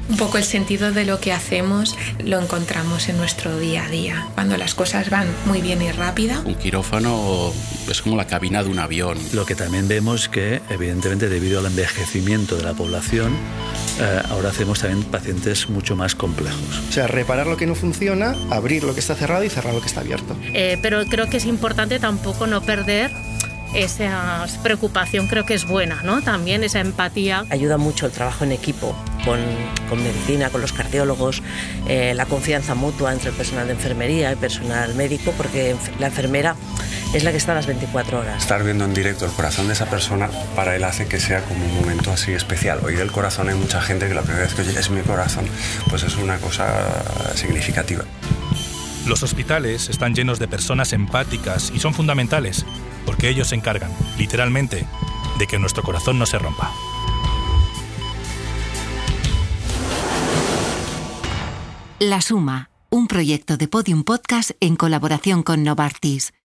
Un poco el sentido de lo que hacemos lo encontramos en nuestro día a día. Cuando las cosas van muy bien y rápida. Un quirófano es como la cabina de un avión. Lo que también vemos que, evidentemente, debido al envejecimiento de la población, ahora hacemos también pacientes mucho más complejos. O sea, reparar lo que no funciona, abrir lo que está cerrado y cerrar lo que está abierto. Pero creo que es importante tampoco no perder esa preocupación, creo que es buena, ¿no? También esa empatía. Ayuda mucho el trabajo en equipo con medicina, con los cardiólogos, la confianza mutua entre el personal de enfermería y el personal médico, porque la enfermera es la que está a las 24 horas. Estar viendo en directo el corazón de esa persona, para él hace que sea como un momento así especial. Oír el corazón, hay mucha gente que la primera vez que oye es mi corazón, pues es una cosa significativa. Los hospitales están llenos de personas empáticas y son fundamentales, porque ellos se encargan, literalmente, de que nuestro corazón no se rompa. La Suma, un proyecto de Podium Podcast en colaboración con Novartis.